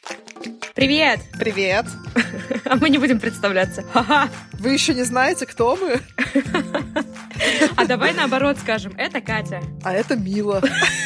Привет! Привет! А мы не будем представляться. Ха-ха. Вы еще не знаете, кто мы? А давай наоборот скажем. Это Катя. А это Мила.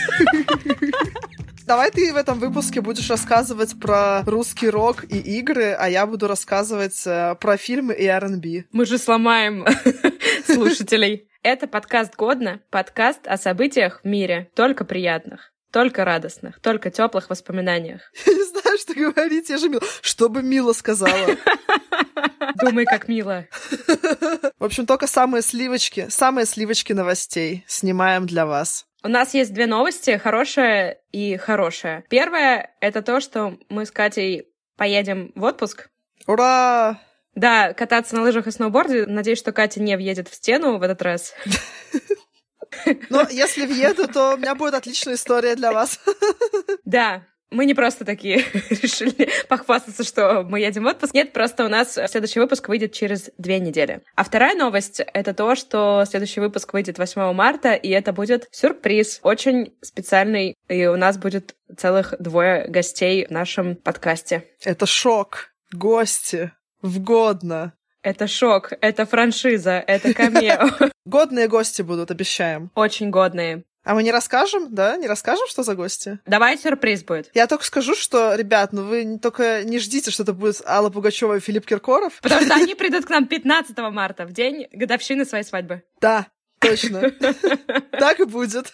Давай ты в этом выпуске будешь рассказывать про русский рок и игры, а я буду рассказывать про фильмы и R&B. Мы же сломаем слушателей. Это подкаст «Годно», подкаст о событиях в мире, только приятных, только радостных, только теплых воспоминаниях. Я не знаю, что говорить, я же Мила. Что бы Мила сказала? Думай, как мило. В общем, только самые сливочки новостей снимаем для вас. У нас есть две новости, хорошая и хорошая. Первая — это то, что мы с Катей поедем в отпуск. Ура! Да, кататься на лыжах и сноуборде. Надеюсь, что Катя не въедет в стену в этот раз. Но если въеду, то у меня будет отличная история для вас. Да, мы не просто такие решили похвастаться, что мы едем в отпуск. Нет, просто у нас следующий выпуск выйдет через 2 недели. А вторая новость — это то, что следующий выпуск выйдет 8 марта, и это будет сюрприз, очень специальный, и у нас будет целых 2 гостей в нашем подкасте. Это шок. Гости. В Годно. Это шок, это франшиза, это камео. Годные гости будут, обещаем. Очень годные. А мы не расскажем, да? Не расскажем, что за гости? Давай сюрприз будет. Я только скажу, что, ребят, вы только не ждите, что это будет Алла Пугачева и Филипп Киркоров. Потому что они придут к нам 15 марта, в день годовщины своей свадьбы. Да, точно. Так и будет.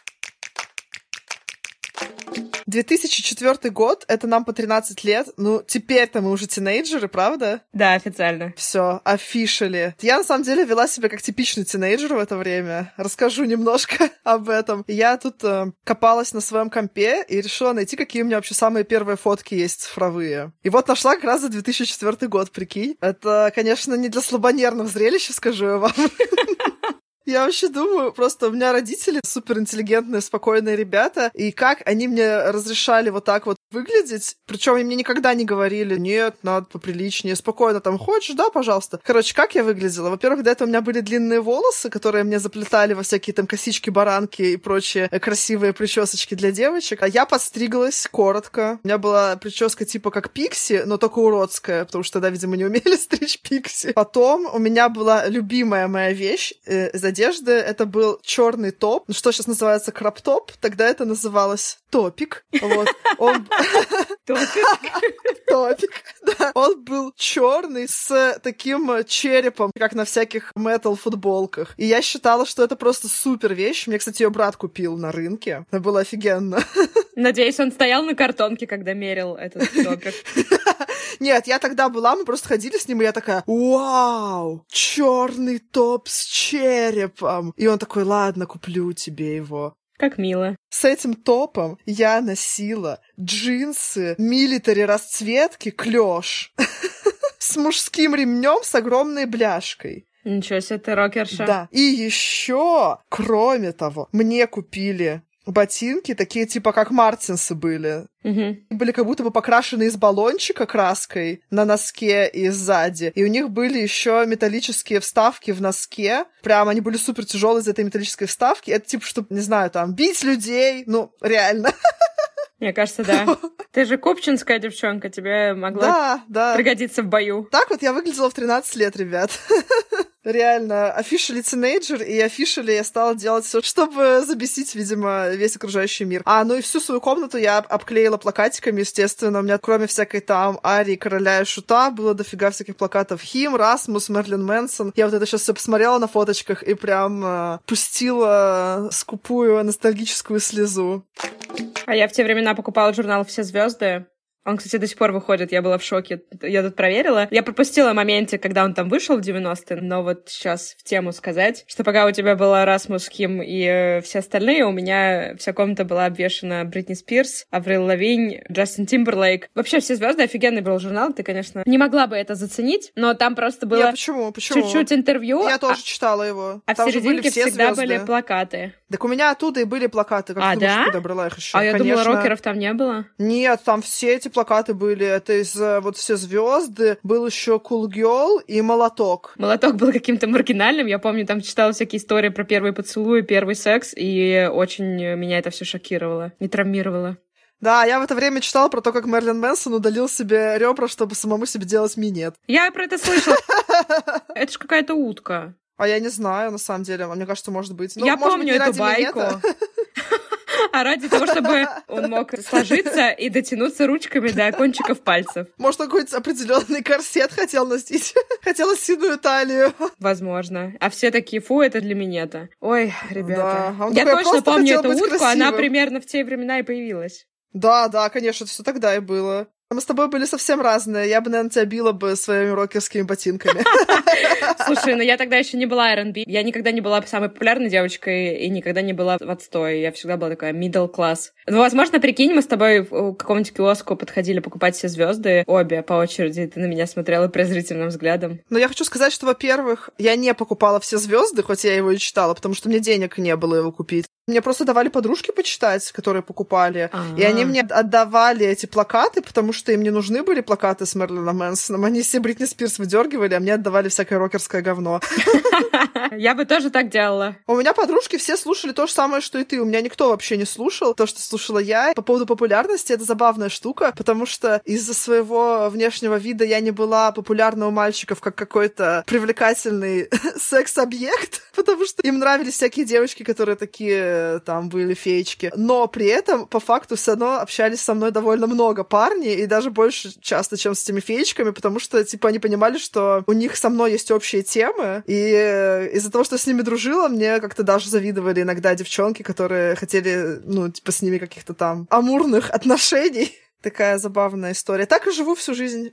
2004 год, это нам по 13 лет. Ну, теперь-то мы уже тинейджеры, правда? Да, официально. Все, officially. Я, на самом деле, вела себя как типичный тинейджер в это время. Расскажу немножко об этом. Я тут копалась на своем компе и решила найти, какие у меня вообще самые первые фотки есть цифровые. И вот нашла как раз за 2004 год, прикинь. Это, конечно, не для слабонервных зрелищ, скажу я вам. Я вообще думаю, просто у меня родители суперинтеллигентные, спокойные ребята, и как они мне разрешали вот так вот выглядеть, причем они мне никогда не говорили: нет, надо поприличнее, спокойно, там, хочешь, да, пожалуйста. Короче, как я выглядела? Во-первых, до этого у меня были длинные волосы, которые мне заплетали во всякие там косички-баранки и прочие красивые причесочки для девочек, а я подстриглась коротко. У меня была прическа типа как Пикси, но только уродская, потому что тогда, видимо, не умели стричь Пикси. Потом у меня была любимая моя вещь из одежды, это был черный топ, ну что сейчас называется кроп-топ, тогда это называлось топик. Вот. Он... Топик, да. Он был черный с таким черепом, как на всяких метал-футболках. И я считала, что это просто супер вещь. Мне, кстати, ее брат купил на рынке. Это было офигенно. Надеюсь, он стоял на картонке, когда мерил этот топик. Нет, я тогда была, мы просто ходили с ним, и я такая: вау, черный топ с черепом. И он такой: ладно, куплю тебе его. Как мило. С этим топом я носила джинсы милитари расцветки клёш с мужским ремнем с огромной бляшкой. Ничего себе, ты рокерша. Да. И еще, кроме того, мне купили ботинки, такие типа как мартинсы были. Угу. Были как будто бы покрашены из баллончика краской на носке и сзади. И у них были еще металлические вставки в носке. Прям они были супер тяжелые из этой металлической вставки. Это типа, чтобы, не знаю, там, бить людей. Ну, реально. Мне кажется, да. Ты же купчинская девчонка, тебе могла пригодиться в бою. Так вот я выглядела в 13 лет, ребят. Реально, officially teenager, и officially я стала делать все, чтобы забесить, видимо, весь окружающий мир. Ну и всю свою комнату я обклеила плакатиками, естественно. У меня, кроме всякой там Арии, Короля и Шута, было дофига всяких плакатов. Хим, Расмус, Мерлин Мэнсон. Я вот это сейчас все посмотрела на фоточках и прям пустила скупую ностальгическую слезу. А я в те времена покупала журнал «Все звезды». Он, кстати, до сих пор выходит, я была в шоке. Я тут проверила. Я пропустила моменте, когда он там вышел в 90-е, но вот сейчас в тему сказать, что пока у тебя была Расмус, Ким и все остальные, у меня вся комната была обвешана Бритни Спирс, Аврил Лавинь, Джастин Тимберлейк. Вообще «Все звезды» офигенный был журнал, ты, конечно, не могла бы это заценить, но там просто было чуть-чуть интервью. Я тоже читала его. А там в серединке всегда были плакаты. Так у меня оттуда и были плакаты. Как ты думаешь, куда брала их еще? Я думала, рокеров там не было. Нет, там все эти плакаты были. Это из вот «Все звезды». Был еще Cool Girl и «Молоток». «Молоток» был каким-то маргинальным. Я помню, там читала всякие истории про первый поцелуй, первый секс, и очень меня это все шокировало, не травмировало. Да, я в это время читала про то, как Мерлин Мэнсон удалил себе ребра, чтобы самому себе делать минет. Я про это слышала. Это ж какая-то утка. А я не знаю, на самом деле. Мне кажется, может быть. Ну, я может помню быть, эту байку. А ради того, чтобы он мог сложиться и дотянуться ручками до кончиков пальцев. Может, он какой-то определенный корсет хотел носить. Хотела сильную талию. Возможно. А все такие, фу, это для минета. Ой, ребята. Да. Я точно помню эту утку, красивым. она примерно в те времена и появилась. Да, конечно, это все тогда и было. Мы с тобой были совсем разные. Я бы, наверное, тебя била бы своими рокерскими ботинками. Слушай, ну я тогда еще не была R&B. Я никогда не была самой популярной девочкой и никогда не была в отстое. Я всегда была такая middle class. Ну, возможно, прикинь, мы с тобой к какому-нибудь киоску подходили покупать все звезды, обе по очереди, и ты на меня смотрела презрительным взглядом. Но я хочу сказать, что, во-первых, я не покупала все звезды, хоть я его и читала, потому что мне денег не было его купить. Мне просто давали подружки почитать, которые покупали. И они мне отдавали эти плакаты, потому что им не нужны были плакаты с Мерлином Мэнсоном. Они все Бритни Спирс выдергивали, а мне отдавали всякое рокерское говно. Я бы тоже так делала. У меня подружки все слушали то же самое, что и ты. У меня никто вообще не слушал то, что слушала я. По поводу популярности, это забавная штука, потому что из-за своего внешнего вида я не была популярна у мальчиков как какой-то привлекательный секс-объект, потому что им нравились всякие девочки, которые такие там были феечки. Но при этом, по факту, все равно общались со мной довольно много парней, и даже больше часто, чем с этими феечками, потому что, типа, они понимали, что у них со мной есть общие темы, и из-за того, что я с ними дружила, мне как-то даже завидовали иногда девчонки, которые хотели, ну, типа, с ними каких-то там амурных отношений. Такая забавная история. Так и живу всю жизнь.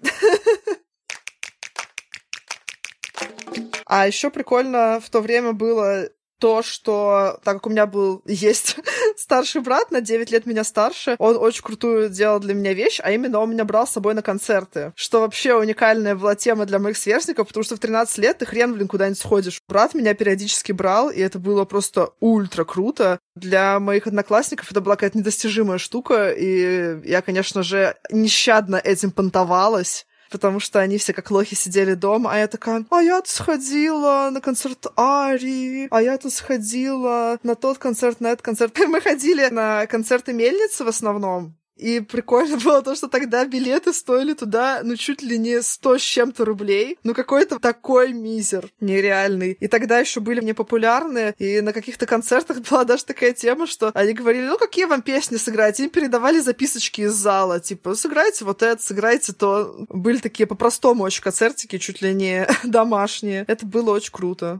А еще прикольно в то время было то, что, так как у меня есть старший брат, на 9 лет меня старше, он очень крутую делал для меня вещь, а именно он меня брал с собой на концерты, что вообще уникальная была тема для моих сверстников, потому что в 13 лет ты хрен, куда-нибудь сходишь. Брат меня периодически брал, и это было просто ультра круто. Для моих одноклассников это была какая-то недостижимая штука, и я, конечно же, нещадно этим понтовалась, потому что они все как лохи сидели дома, а я такая, а я-то сходила на концерт Арии, а я-то сходила на тот концерт, на этот концерт. Мы ходили на концерты Мельницы в основном. И прикольно было то, что тогда билеты стоили туда, ну, чуть ли не 100 с чем-то рублей. Ну, какой-то такой мизер нереальный. И тогда еще были непопулярные, и на каких-то концертах была даже такая тема, что они говорили, ну, какие вам песни сыграть? Им передавали записочки из зала, типа, сыграйте вот это, сыграйте то. Были такие по-простому очень концертики, чуть ли не домашние. Это было очень круто.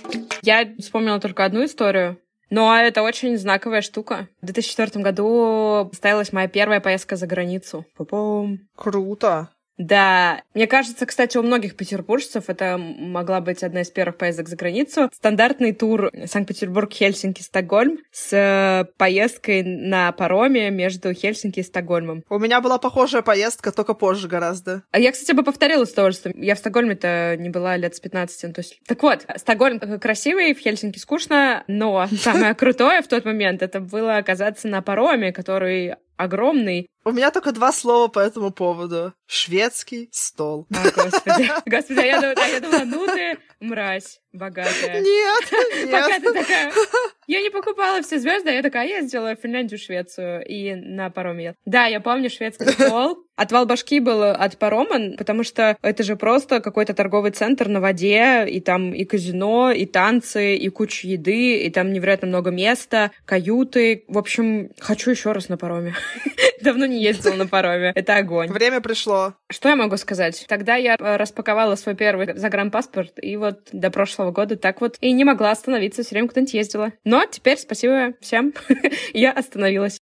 Я вспомнила только одну историю. Но это очень знаковая штука. В 2004 году состоялась моя первая поездка за границу. Пу-пум. Круто. Да. Мне кажется, кстати, у многих петербуржцев это могла быть одна из первых поездок за границу. Стандартный тур Санкт-Петербург, Хельсинки, Стокгольм с поездкой на пароме между Хельсинки и Стокгольмом. У меня была похожая поездка, только позже гораздо. А я, кстати, бы повторила с удовольствием. Я в Стокгольме-то не была лет с 15. Ну, то есть... Так вот, Стокгольм красивый, в Хельсинки скучно, но самое крутое в тот момент это было оказаться на пароме, который огромный. У меня только 2 слова по этому поводу. Шведский стол. О, господи. Господи, я думала, ну ты мразь богатая. Нет. Пока ты такая... Я не покупала все звезды, я такая, я сделала Финляндию, Швецию и на пароме ела. Да, я помню шведский стол. Отвал башки был от парома, потому что это же просто какой-то торговый центр на воде, и там и казино, и танцы, и куча еды, и там невероятно много места, каюты. В общем, хочу еще раз на пароме. Давно не ездила на пароме. Это огонь. Время пришло. Что я могу сказать? Тогда я распаковала свой первый загранпаспорт, и вот до прошлого года так вот и не могла остановиться, все время куда-нибудь ездила. Но теперь спасибо всем, я остановилась.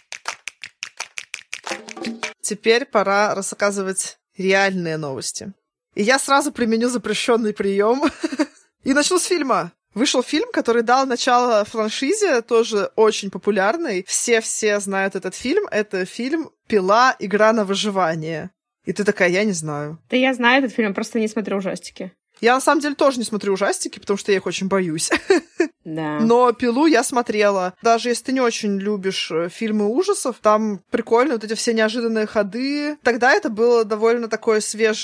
Теперь пора рассказывать реальные новости. И я сразу применю запрещенный прием и начну с фильма. Вышел фильм, который дал начало франшизе, тоже очень популярный. Все знают этот фильм. Это фильм «Пила. Игра на выживание». И ты такая, я не знаю. Да я знаю этот фильм, я просто не смотрю ужастики. Я, на самом деле, тоже не смотрю ужастики, потому что я их очень боюсь. Да. Но «Пилу» я смотрела. Даже если ты не очень любишь фильмы ужасов, там прикольно вот эти все неожиданные ходы. Тогда это было довольно такой свежий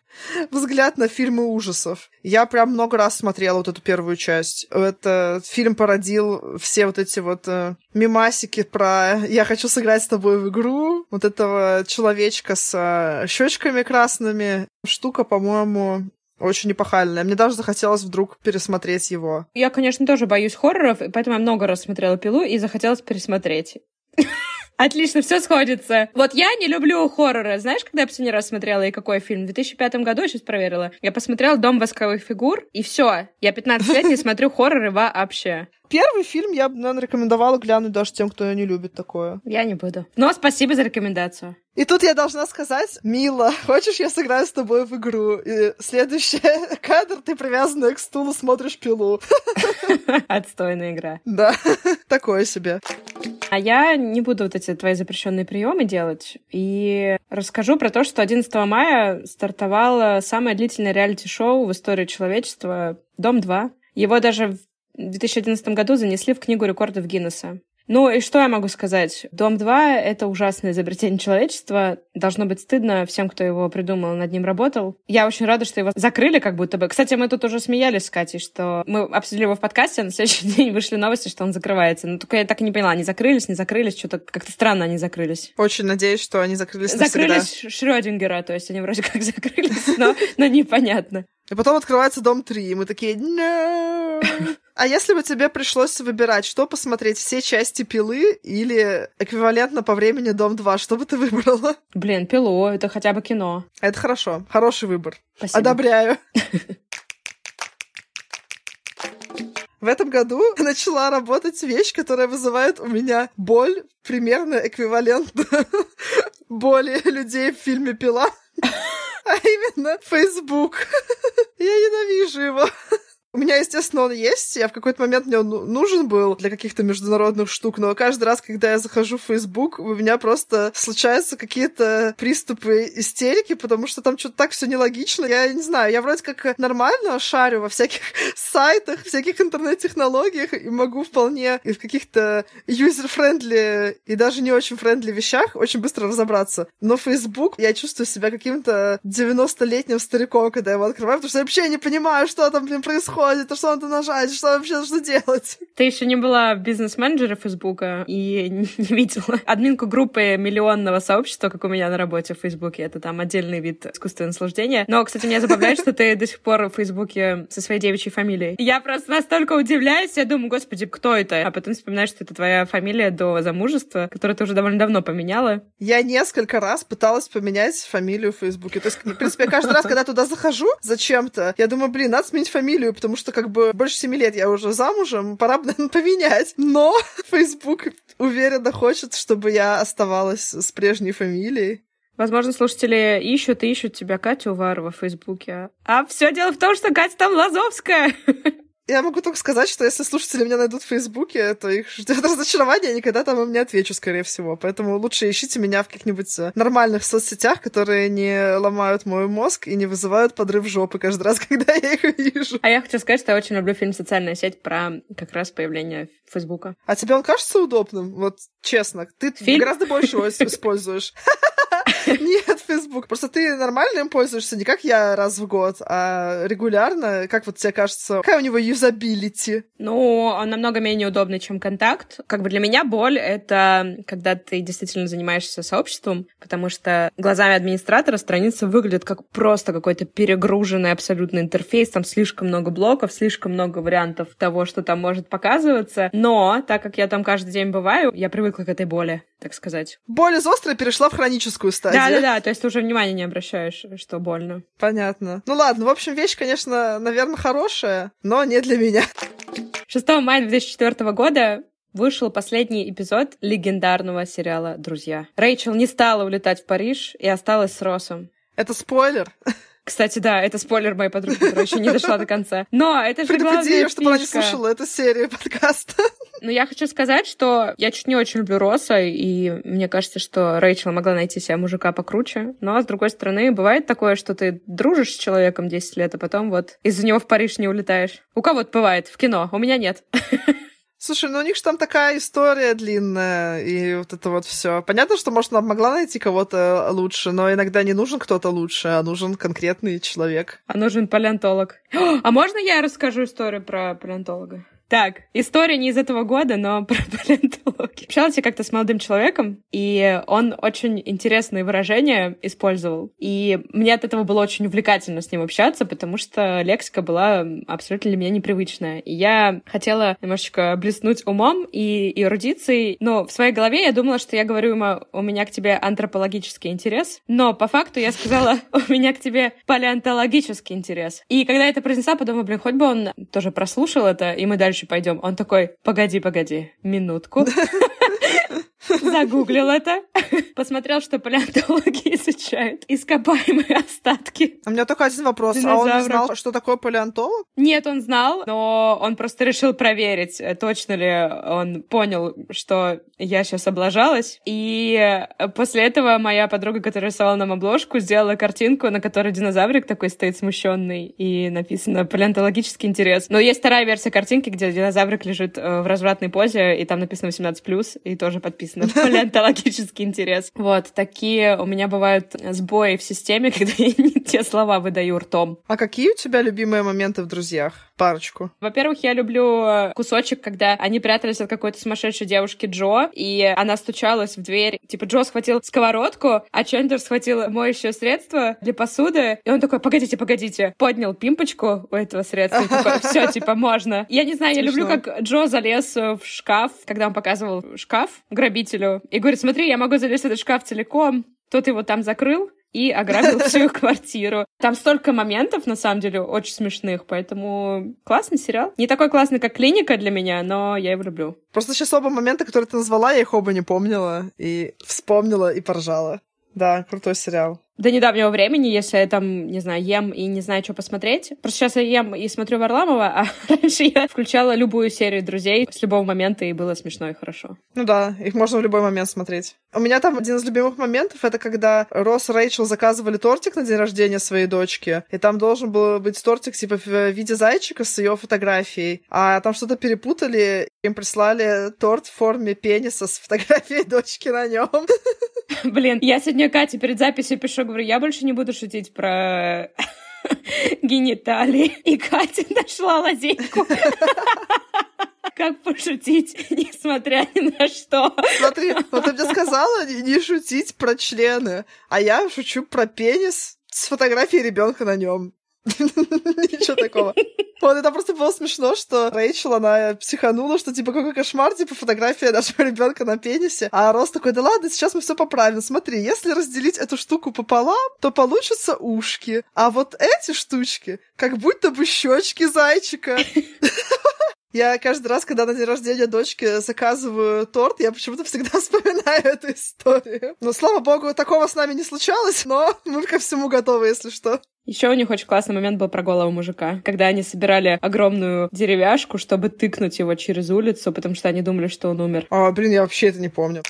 взгляд на фильмы ужасов. Я прям много раз смотрела вот эту первую часть. Этот фильм породил все вот эти вот мемасики про «я хочу сыграть с тобой в игру», вот этого человечка с щечками красными. Штука, по-моему, очень эпохальная. Мне даже захотелось вдруг пересмотреть его. Я, конечно, тоже боюсь хорроров, и поэтому я много раз смотрела «Пилу» и захотелось пересмотреть. Отлично, все сходится. Вот я не люблю хорроры. Знаешь, когда я последний раз смотрела и какой фильм? В 2005 году, я сейчас проверила. Я посмотрела «Дом восковых фигур», и все. Я 15 лет не смотрю хорроры вообще. Первый фильм я бы, наверное, рекомендовала глянуть даже тем, кто не любит такое. Я не буду. Но спасибо за рекомендацию. И тут я должна сказать: «Мила, хочешь, я сыграю с тобой в игру?» И следующий кадр, ты привязанная к стулу смотришь «Пилу». Отстойная игра. Да, такое себе. А я не буду вот эти твои запрещенные приемы делать. И расскажу про то, что 11 мая стартовало самое длительное реалити-шоу в истории человечества «Дом-2». Его даже в 2011 году занесли в Книгу рекордов Гиннесса. Ну и что я могу сказать? «Дом-2» — это ужасное изобретение человечества. Должно быть стыдно всем, кто его придумал, над ним работал. Я очень рада, что его закрыли как будто бы. Кстати, мы тут уже смеялись с Катей, что мы обсудили его в подкасте, а на следующий день вышли новости, что он закрывается. Но только я так и не поняла, они закрылись, не закрылись, что-то как-то странно они закрылись. Очень надеюсь, что они закрылись навсегда. Закрылись Шрёдингера, то есть они вроде как закрылись, но непонятно. И потом открывается «Дом-3», и мы такие «No!». А если бы тебе пришлось выбирать, что посмотреть, все части «Пилы» или эквивалентно по времени «Дом-2», что бы ты выбрала? Блин, «Пилу» — это хотя бы кино. Это хорошо. Хороший выбор. Спасибо. Одобряю. В этом году начала работать вещь, которая вызывает у меня боль, примерно эквивалентную боли людей в фильме «Пила». А именно Facebook. Я ненавижу его. У меня, естественно, он есть. Я в какой-то момент мне он нужен был для каких-то международных штук, но каждый раз, когда я захожу в Facebook, у меня просто случаются какие-то приступы истерики, потому что там что-то так все нелогично. Я не знаю, я вроде как нормально шарю во всяких сайтах, всяких интернет-технологиях и могу вполне и в каких-то юзер-френдли и даже не очень френдли вещах очень быстро разобраться. Но Facebook, я чувствую себя каким-то 90-летним стариком, когда я его открываю, потому что я вообще не понимаю, что там, блин, происходит. Что надо нажать, что вообще нужно делать? Ты еще не была бизнес-менеджером Фейсбука и не видела админку группы миллионного сообщества, как у меня на работе в Фейсбуке. Это там отдельный вид искусственного наслаждения. Но, кстати, меня забавляет, что ты до сих пор в Фейсбуке со своей девичьей фамилией. Я просто настолько удивляюсь, я думаю, господи, кто это? А потом вспоминаешь, что это твоя фамилия до замужества, которую ты уже довольно давно поменяла. Я несколько раз пыталась поменять фамилию в Фейсбуке. То есть, в принципе, каждый раз, когда туда захожу зачем-то, я думаю, блин, надо сменить фамилию, потому что как бы больше 7 лет я уже замужем, пора бы, наверное, поменять. Но Facebook уверенно хочет, чтобы я оставалась с прежней фамилией. Возможно, слушатели ищут тебя, Катю Уварову в Фейсбуке. А все дело в том, что Катя там Лазовская. Я могу только сказать, что если слушатели меня найдут в Фейсбуке, то их ждет разочарование, я никогда там им не отвечу, скорее всего. Поэтому лучше ищите меня в каких-нибудь нормальных соцсетях, которые не ломают мой мозг и не вызывают подрыв жопы каждый раз, когда я их вижу. А я хочу сказать, что я очень люблю фильм «Социальная сеть» про как раз появление Фейсбука. А тебе он кажется удобным? Вот честно, ты гораздо больше его используешь. Нет, Facebook. Просто ты нормально им пользуешься, не как я раз в год, а регулярно. Как вот тебе кажется, какая у него юзабилити? Ну, он намного менее удобный, чем «Контакт». Как бы для меня боль — это когда ты действительно занимаешься сообществом, потому что глазами администратора страница выглядит как просто какой-то перегруженный абсолютно интерфейс, там слишком много блоков, слишком много вариантов того, что там может показываться. Но, так как я там каждый день бываю, я привыкла к этой боли, так сказать. Боль из острой перешла в храническую стадию. Да-да-да, то есть ты уже внимания не обращаешь, что больно. Понятно. Ну ладно, в общем, вещь, конечно, наверное, хорошая, но не для меня. 6 мая 2004 года вышел последний эпизод легендарного сериала «Друзья». Рэйчел не стала улетать в Париж и осталась с Россом. Это спойлер? Кстати, да, это спойлер моей подруги, которая еще не дошла до конца. Но это же главная фишка. Предупреди ее, чтобы она не фишка. слушала эту серию подкаста. Но я хочу сказать, что я чуть не очень люблю Росса, и мне кажется, что Рэйчел могла найти себе мужика покруче. Но, с другой стороны, бывает такое, что ты дружишь с человеком 10 лет, а потом вот из-за него в Париж не улетаешь. У кого-то бывает в кино, у меня нет. Слушай, ну у них же там такая история длинная, и вот это вот все. Понятно, что, может, она могла найти кого-то лучше, но иногда не нужен кто-то лучше, а нужен конкретный человек. А нужен палеонтолог. А можно я расскажу историю про палеонтолога? Так, история не из этого года, но про палеонтологию. Общалась я как-то с молодым человеком, и он очень интересные выражения использовал. И мне от этого было очень увлекательно с ним общаться, потому что лексика была абсолютно для меня непривычная. И я хотела немножечко блеснуть умом и эрудицией, но в своей голове я думала, что я говорю ему: у меня к тебе антропологический интерес, но по факту я сказала: у меня к тебе палеонтологический интерес. И когда я это произнесла, подумала: блин, хоть бы он тоже прослушал это, и мы дальше пойдем. Он такой: погоди, минутку. Загуглил это, посмотрел, что палеонтологи изучают ископаемые остатки. У меня только один вопрос. Динозавров. А он не знал, что такое палеонтолог? Нет, он знал, но он просто решил проверить, точно ли он понял, что я сейчас облажалась. И после этого моя подруга, которая рисовала нам обложку, сделала картинку, на которой динозаврик такой стоит смущенный, и написано «палеонтологический интерес». Но есть вторая версия картинки, где динозаврик лежит в развратной позе, и там написано 18+, и тоже подписано «палеонтологический интерес». Вот, такие у меня бывают сбои в системе, когда я не те слова выдаю ртом. А какие у тебя любимые моменты в «Друзьях»? Парочку. Во-первых, я люблю кусочек, когда они прятались от какой-то сумасшедшей девушки Джо, и она стучалась в дверь. Типа, Джо схватил сковородку, а Чендлер схватил моющее средство для посуды, и он такой: погодите, поднял пимпочку у этого средства, и такой: все, типа, можно. Я не знаю, я люблю, как Джо залез в шкаф, когда он показывал шкаф грабителю, и говорит: смотри, я могу залезть в этот шкаф целиком. Тот его там закрыл и ограбил всю их квартиру. Там столько моментов, на самом деле, очень смешных, поэтому классный сериал. Не такой классный, как «Клиника» для меня, но я его люблю. Просто сейчас оба момента, которые ты назвала, я их оба не помнила, и вспомнила, и поржала. Да, крутой сериал. До недавнего времени, если я там, не знаю, ем и не знаю, что посмотреть. Просто сейчас я ем и смотрю Варламова, а раньше я включала любую серию «Друзей» с любого момента, и было смешно и хорошо. Ну да, их можно в любой момент смотреть. У меня там один из любимых моментов — это когда Росс и Рэйчел заказывали тортик на день рождения своей дочки, и там должен был быть тортик типа в виде зайчика с ее фотографией, а там что-то перепутали, им прислали торт в форме пениса с фотографией дочки на нем. Блин, я сегодня Кате перед записью пишу, говорю: я больше не буду шутить про гениталии. И Катя нашла лазейку. Как пошутить, несмотря ни на что. Смотри, вот ты мне сказала не шутить про члены, а я шучу про пенис с фотографией ребенка на нем. Ничего такого. Вот, это просто было смешно, что Рэйчел, она психанула, что, типа, какой кошмар, типа, фотография нашего ребенка на пенисе. А Росс такой: да ладно, сейчас мы все поправим. Смотри, если разделить эту штуку пополам, то получатся ушки. А вот эти штучки, как будто бы щечки зайчика. Я каждый раз, когда на день рождения дочки заказываю торт, я почему-то всегда вспоминаю эту историю. Но, слава богу, такого с нами не случалось, но мы ко всему готовы, если что. Еще у них очень классный момент был про голого мужика, когда они собирали огромную деревяшку, чтобы тыкнуть его через улицу, потому что они думали, что он умер. Блин, я вообще это не помню.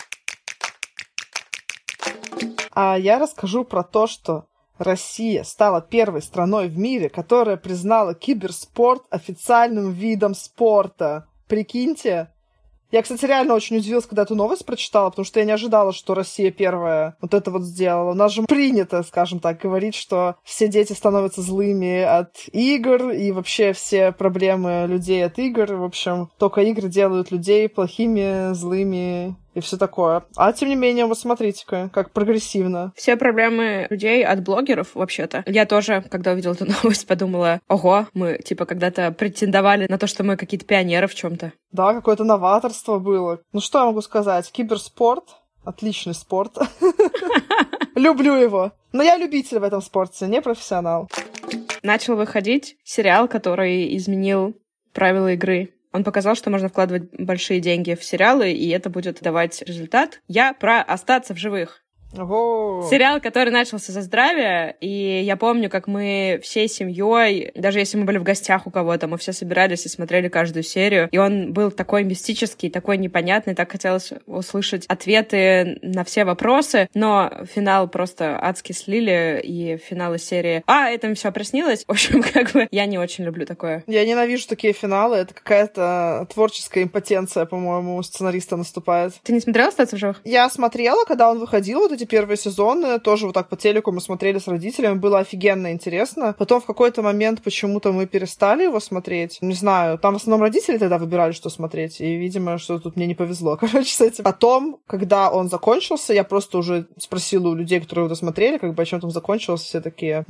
А я расскажу про то, что Россия стала первой страной в мире, которая признала киберспорт официальным видом спорта. Прикиньте. Я, кстати, реально очень удивилась, когда эту новость прочитала, потому что я не ожидала, что Россия первая вот это вот сделала. У нас же принято, скажем так, говорить, что все дети становятся злыми от игр, и вообще все проблемы людей от игр. В общем, только игры делают людей плохими, злыми и все такое. А тем не менее, вот смотрите-ка, как прогрессивно. Все проблемы людей от блогеров, вообще-то. Я тоже, когда увидела эту новость, подумала: ого, мы, типа, когда-то претендовали на то, что мы какие-то пионеры в чем-то. Да, какое-то новаторство было. Ну, что я могу сказать? Киберспорт — отличный спорт. Люблю его. Но я любитель в этом спорте, не профессионал. Начал выходить сериал, который изменил правила игры. Он показал, что можно вкладывать большие деньги в сериалы, и это будет давать результат. Я про «Остаться в живых». Ого. Сериал, который начался за здравие, и я помню, как мы всей семьей, даже если мы были в гостях у кого-то, мы все собирались и смотрели каждую серию, и он был такой мистический, такой непонятный, так хотелось услышать ответы на все вопросы, но финал просто адски слили, и финалы серии это все приснилось. В общем, как бы я не очень люблю такое. Я ненавижу такие финалы, это какая-то творческая импотенция, по-моему, у сценариста наступает. Ты не смотрела «Остаться в живых»? Я смотрела, когда он выходил, вот эти первые сезоны, тоже вот так по телеку мы смотрели с родителями, было офигенно интересно. Потом в какой-то момент почему-то мы перестали его смотреть. Не знаю, там в основном родители тогда выбирали, что смотреть, и, видимо, что тут мне не повезло, короче, с этим. Потом, когда он закончился, я просто уже спросила у людей, которые его досмотрели, как бы о чем там закончилось, все такие...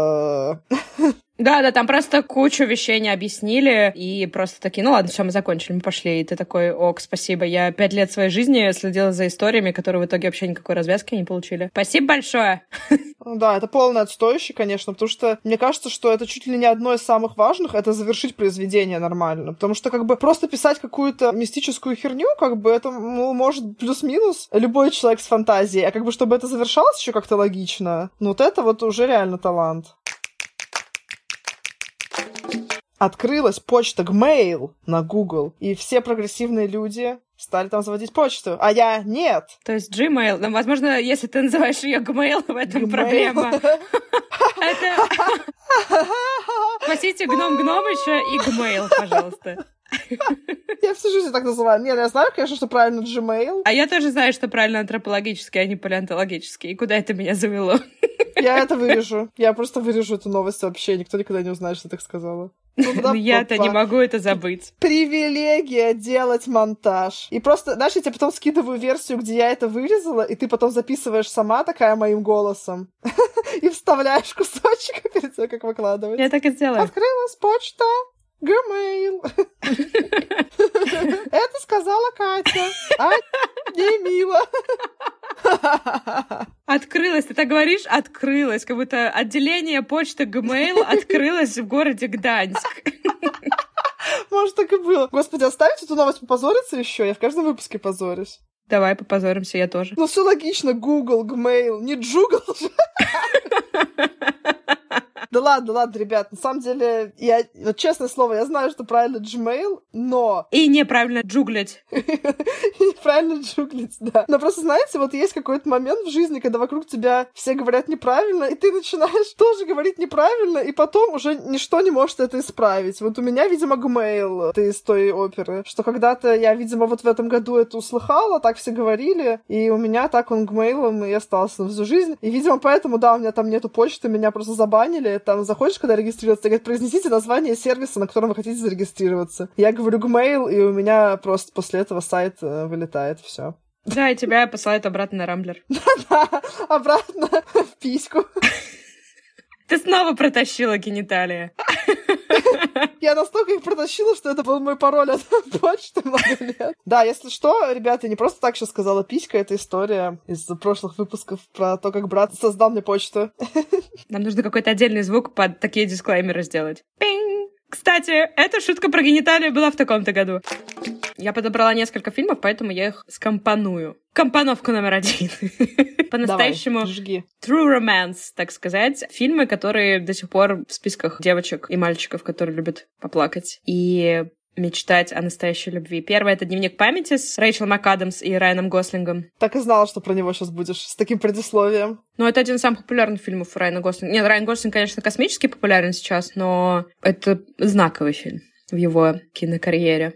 Да, там просто кучу вещей не объяснили, и просто такие, ну ладно, все, мы закончили, мы пошли. И ты такой, ок, спасибо. Я 5 лет своей жизни следила за историями, которые в итоге вообще никакой развязки не получили. Спасибо большое! Да, это полное отстоящее, конечно, потому что мне кажется, что это чуть ли не одно из самых важных, это завершить произведение нормально. Потому что, как бы, просто писать какую-то мистическую херню, как бы, это, может плюс-минус любой человек с фантазией. А как бы, чтобы это завершалось еще как-то логично, вот это вот уже реально талант. Открылась почта Gmail на Google, и все прогрессивные люди стали там заводить почту, а я нет. То есть Gmail, ну, возможно, если ты называешь ее Gmail, в этом проблема. Спасите Гном-Гномыча и Gmail, пожалуйста. Я всю жизнь так называю. Нет, я знаю, конечно, что правильно Gmail. А я тоже знаю, что правильно антропологический, а не палеонтологический. И куда это меня завело? Я это вырежу. Я просто вырежу эту новость вообще. Никто никогда не узнает, что я так сказала. Но я-то не могу это забыть. Привилегия делать монтаж. И просто, знаешь, я тебе потом скидываю версию, где я это вырезала, и ты потом записываешь сама такая моим голосом. И вставляешь кусочек перед тем, как выкладывать. Я так и сделаю. Открылась почта. Gmail. Это сказала Катя. Не мило. Открылась. Ты так говоришь? Открылась. Как будто отделение почты Gmail открылось в городе Гданьск. Может, так и было. Господи, оставить эту новость попозориться еще? Я в каждом выпуске позорюсь. Давай попозоримся, я тоже. Ну, все логично. Google, Gmail. Не Джугл же. Да ладно, ребят, на самом деле, вот честное слово, я знаю, что правильно Gmail, но... И неправильно джуглить. Неправильно джуглить, да. Но просто, знаете, вот есть какой-то момент в жизни, когда вокруг тебя все говорят неправильно, и ты начинаешь тоже говорить неправильно, и потом уже ничто не может это исправить. Вот у меня, видимо, Gmail, ты из той оперы, что когда-то я, видимо, вот в этом году это услыхала, так все говорили, и у меня так он Gmail'ом и остался на всю жизнь. И, видимо, поэтому, да, у меня там нету почты, меня просто забанили. Там заходишь, когда регистрироваться, говорят, произнесите название сервиса, на котором вы хотите зарегистрироваться. Я говорю Gmail, и у меня просто после этого сайт вылетает, все. Да, и тебя посылают обратно на Рамблер. Да, обратно в письку. Ты снова протащила гениталии. Я настолько их протащила, что это был мой пароль от почты много лет. Да, если что, ребята, не просто так сейчас сказала писька, это история из прошлых выпусков про то, как брат создал мне почту. Нам нужно какой-то отдельный звук под такие дисклеймеры сделать. Пинг! Кстати, эта шутка про гениталии была в таком-то году. Я подобрала несколько фильмов, поэтому я их скомпоную. Компоновка номер 1. По-настоящему true romance, так сказать. Фильмы, которые до сих пор в списках девочек и мальчиков, которые любят поплакать и мечтать о настоящей любви. Первый — это «Дневник памяти» с Рэйчел МакАдамс и Райаном Гослингом. Так и знала, что про него сейчас будешь с таким предисловием. Ну, это один из самых популярных фильмов Райана Гослинга. Нет, Райан Гослинг, конечно, космически популярен сейчас, но это знаковый фильм в его кинокарьере.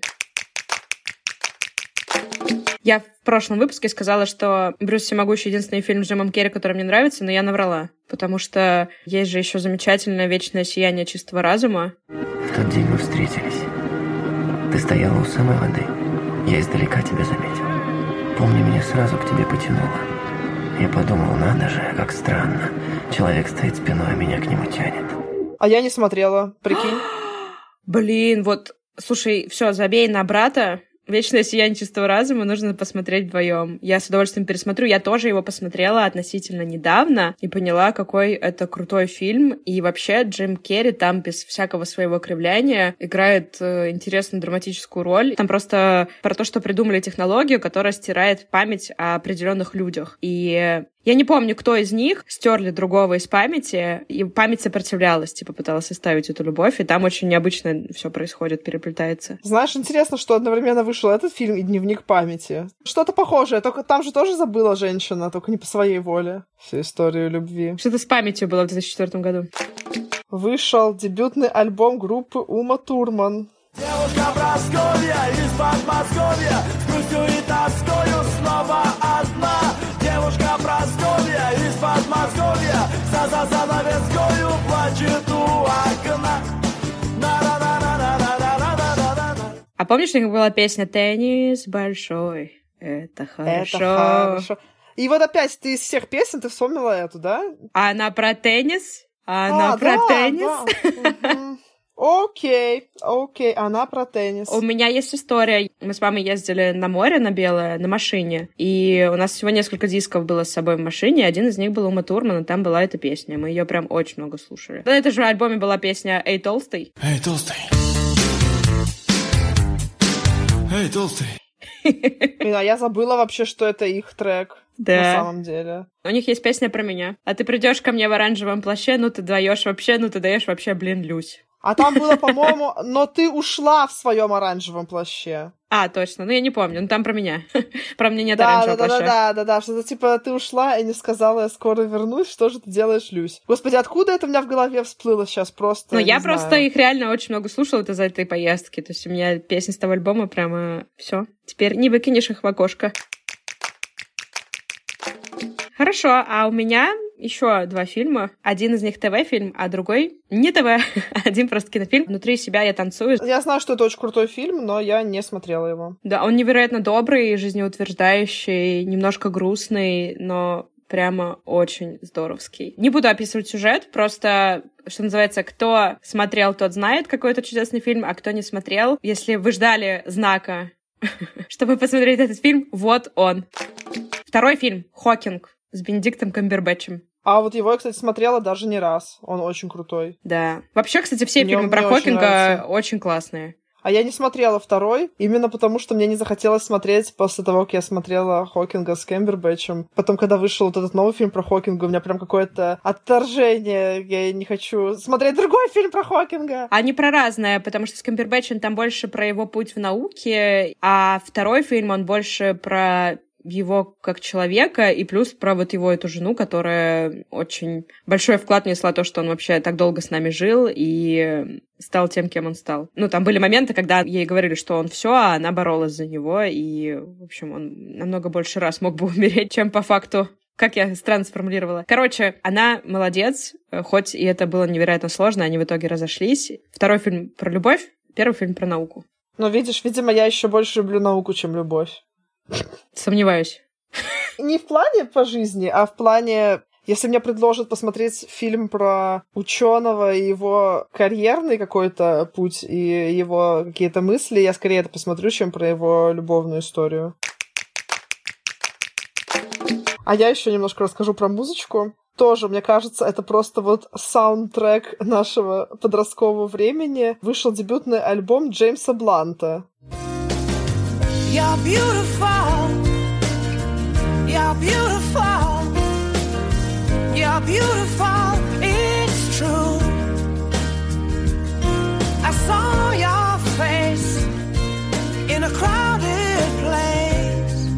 Я в прошлом выпуске сказала, что «Брюс Всемогущий» — единственный фильм с Джимом Керри, который мне нравится, но я наврала, потому что есть же еще замечательное «Вечное сияние чистого разума». В тот день мы встретились. Ты стояла у самой воды. Я издалека тебя заметил. Помню, меня сразу к тебе потянуло. Я подумал, надо же, как странно. Человек стоит спиной, а меня к нему тянет. А я не смотрела, прикинь. Блин, вот, слушай, все, забей на брата. «Вечное сияние чистого разума» нужно посмотреть вдвоем. Я с удовольствием пересмотрю. Я тоже его посмотрела относительно недавно и поняла, какой это крутой фильм. И вообще Джим Керри там без всякого своего кривляния играет интересную драматическую роль. Там просто про то, что придумали технологию, которая стирает память о определенных людях. И я не помню, кто из них стерли другого из памяти, и память сопротивлялась, типа пыталась оставить эту любовь, и там очень необычно все происходит, переплетается. Знаешь, интересно, что одновременно вышел этот фильм и «Дневник памяти». Что-то похожее, только там же тоже забыла женщина, только не по своей воле всю историю любви. Что-то с памятью было в 2004 году. Вышел дебютный альбом группы Ума Турман. Девушка Прасковья из Подмосковья, с грустью и тоскою снова одна. Девушка Прасковья из Подмосковья, за занавескою плачет у окна. А помнишь, у них была песня «Теннис большой, это хорошо». Это хорошо. И вот опять ты из всех песен ты вспомнила эту, да? А она про теннис? Она про теннис? Да. Окей, она про теннис. У меня есть история. Мы с мамой ездили на море, на Белое, на машине, и у нас всего несколько дисков было с собой в машине, один из них был Ума Турман, и там была эта песня. Мы ее прям очень много слушали. На этом же альбоме была песня «Эй, толстый». Эй, толстый. Эй, толстый. Блин, а я забыла вообще, что это их трек. Да. На самом деле. У них есть песня про меня. А ты придешь ко мне в оранжевом плаще, ну ты даешь вообще, ну ты даешь вообще, блин, Люсь. А там было, по-моему, но ты ушла в своем оранжевом плаще. А, точно. Ну, я не помню. Ну, там про меня. Про мне нет оранжевого плаща. Да. Что-то типа ты ушла и не сказала, я скоро вернусь. Что же ты делаешь, Люсь? Господи, откуда это у меня в голове всплыло сейчас просто? Ну, я просто их реально очень много слушала из-за этой поездки. То есть у меня песни с того альбома прямо все. Теперь не выкинешь их в окошко. Хорошо, а у меня еще 2 фильма. Один из них ТВ-фильм, а другой не ТВ. Один просто кинофильм. «Внутри себя я танцую». Я знаю, что это очень крутой фильм, но я не смотрела его. Да, он невероятно добрый, жизнеутверждающий, немножко грустный, но прямо очень здоровский. Не буду описывать сюжет, просто, что называется, кто смотрел, тот знает, какой это чудесный фильм, а кто не смотрел, если вы ждали знака, чтобы посмотреть этот фильм, вот он. Второй фильм «Хокинг» с Бенедиктом Камбербэтчем. А вот его я, кстати, смотрела даже не раз. Он очень крутой. Да. Вообще, кстати, все фильмы про Хокинга очень классные. А я не смотрела второй, именно потому, что мне не захотелось смотреть после того, как я смотрела Хокинга с Камбербэтчем. Потом, когда вышел вот этот новый фильм про Хокинга, у меня прям какое-то отторжение. Я не хочу смотреть другой фильм про Хокинга. Они про разное, потому что с Камбербэтчем там больше про его путь в науке, а второй фильм, он больше про его как человека, и плюс про вот его эту жену, которая очень большой вклад внесла то, что он вообще так долго с нами жил и стал тем, кем он стал. Ну, там были моменты, когда ей говорили, что он все, а она боролась за него, и, в общем, он намного больше раз мог бы умереть, чем по факту. Как я странно сформулировала. Короче, она молодец, хоть и это было невероятно сложно, они в итоге разошлись. Второй фильм про любовь, первый фильм про науку. Но видишь, видимо, я еще больше люблю науку, чем любовь. Сомневаюсь. Не в плане по жизни, а в плане, если мне предложат посмотреть фильм про ученого и его карьерный какой-то путь и его какие-то мысли, я скорее это посмотрю, чем про его любовную историю. А я еще немножко расскажу про музычку. Тоже, мне кажется, это просто вот саундтрек нашего подросткового времени. Вышел дебютный альбом Джеймса Бланта. You're beautiful. You're beautiful. You're beautiful. It's true. I saw your face in a crowded place,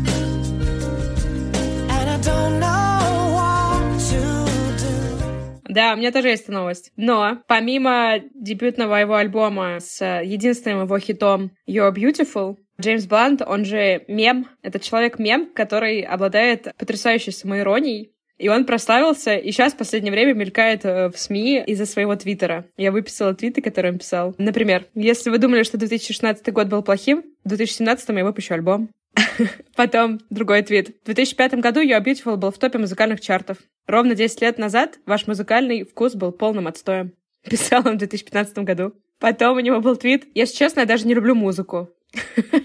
and I don't know what to do. Да, у меня тоже есть новость. Но помимо дебютного его альбома с единственным его хитом You're Beautiful, Джеймс Блант, он же мем, это человек-мем, который обладает потрясающей самоиронией, и он прославился, и сейчас в последнее время мелькает в СМИ из-за своего твиттера. Я выписала твиты, которые он писал. Например, если вы думали, что 2016 год был плохим, в 2017 я выпущу альбом. Потом другой твит. В 2005 году You're Beautiful был в топе музыкальных чартов. Ровно 10 лет назад ваш музыкальный вкус был полным отстоем. Писал он в 2015 году. Потом у него был твит. Если честно, я даже не люблю музыку.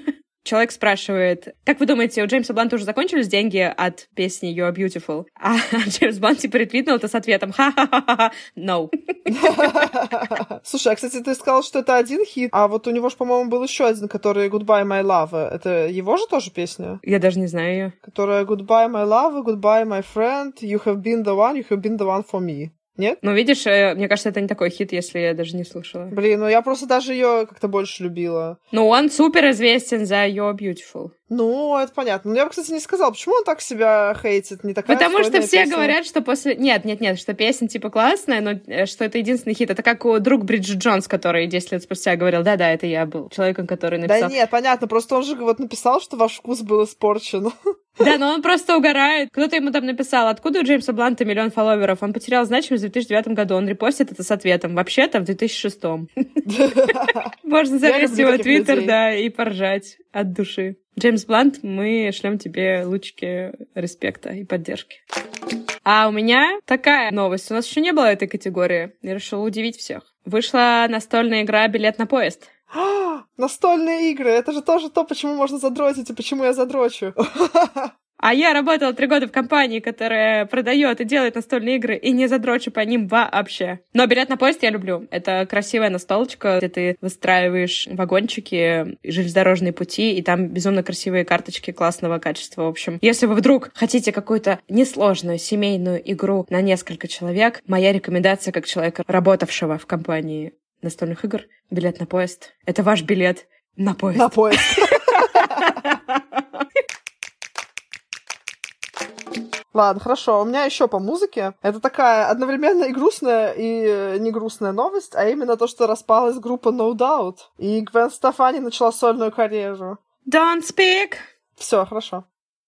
Человек спрашивает, как вы думаете, у Джеймса Бланта уже закончились деньги от песни You're Beautiful? А Джеймс Блант типа ретвитнул это с ответом ха-ха-ха-ха, no. Слушай, а, кстати, ты сказал, что это один хит, а вот у него же, по-моему, был еще один, который Goodbye, My Love. Это его же тоже песня? Я даже не знаю ее. Которая Goodbye, My Love, Goodbye, My Friend, You have been the one for me. Нет? Ну, видишь, мне кажется, это не такой хит, если я даже не слушала. Блин, ну я просто даже ее как-то больше любила. Ну, он супер известен за You're Beautiful. Ну, это понятно. Но я бы, кстати, не сказала, почему он так себя хейтит, не такая Потому что все песня. говорят, что после... Нет, что песня типа классная, но что это единственный хит. Это как у друг Бриджит Джонс, который 10 лет спустя говорил, да-да, это я был человеком, который написал... Да нет, понятно, просто он же вот написал, что ваш вкус был испорчен. Да, но он просто угорает. Кто-то ему там написал, откуда у Джеймса Бланта 1 000 000 фолловеров? Он потерял значимость в 2009 году. Он репостит это с ответом. Вообще-то в 2006. Можно залезть в его твиттер, да, и поржать от души. Джеймс Блант, мы шлем тебе лучики респекта и поддержки. А у меня такая новость. У нас еще не было этой категории. Я решила удивить всех. Вышла настольная игра «Билет на поезд». Настольные игры, это же тоже то, почему можно задротить и почему я задрочу. А я работала 3 года в компании, которая продает и делает настольные игры, и не задрочу по ним вообще. Но «Билет на поезд» я люблю. Это красивая настолочка, где ты выстраиваешь вагончики, железнодорожные пути, и там безумно красивые карточки классного качества. В общем, если вы вдруг хотите какую-то несложную семейную игру на несколько человек, моя рекомендация как человека, работавшего в компании настольных игр, «Билет на поезд». Это ваш билет на поезд. На поезд. Ладно, хорошо. У меня еще по музыке. Это такая одновременно и грустная, и не грустная новость, а именно то, что распалась группа No Doubt. И Гвен Стефани начала сольную карьеру. Don't speak. Все, хорошо.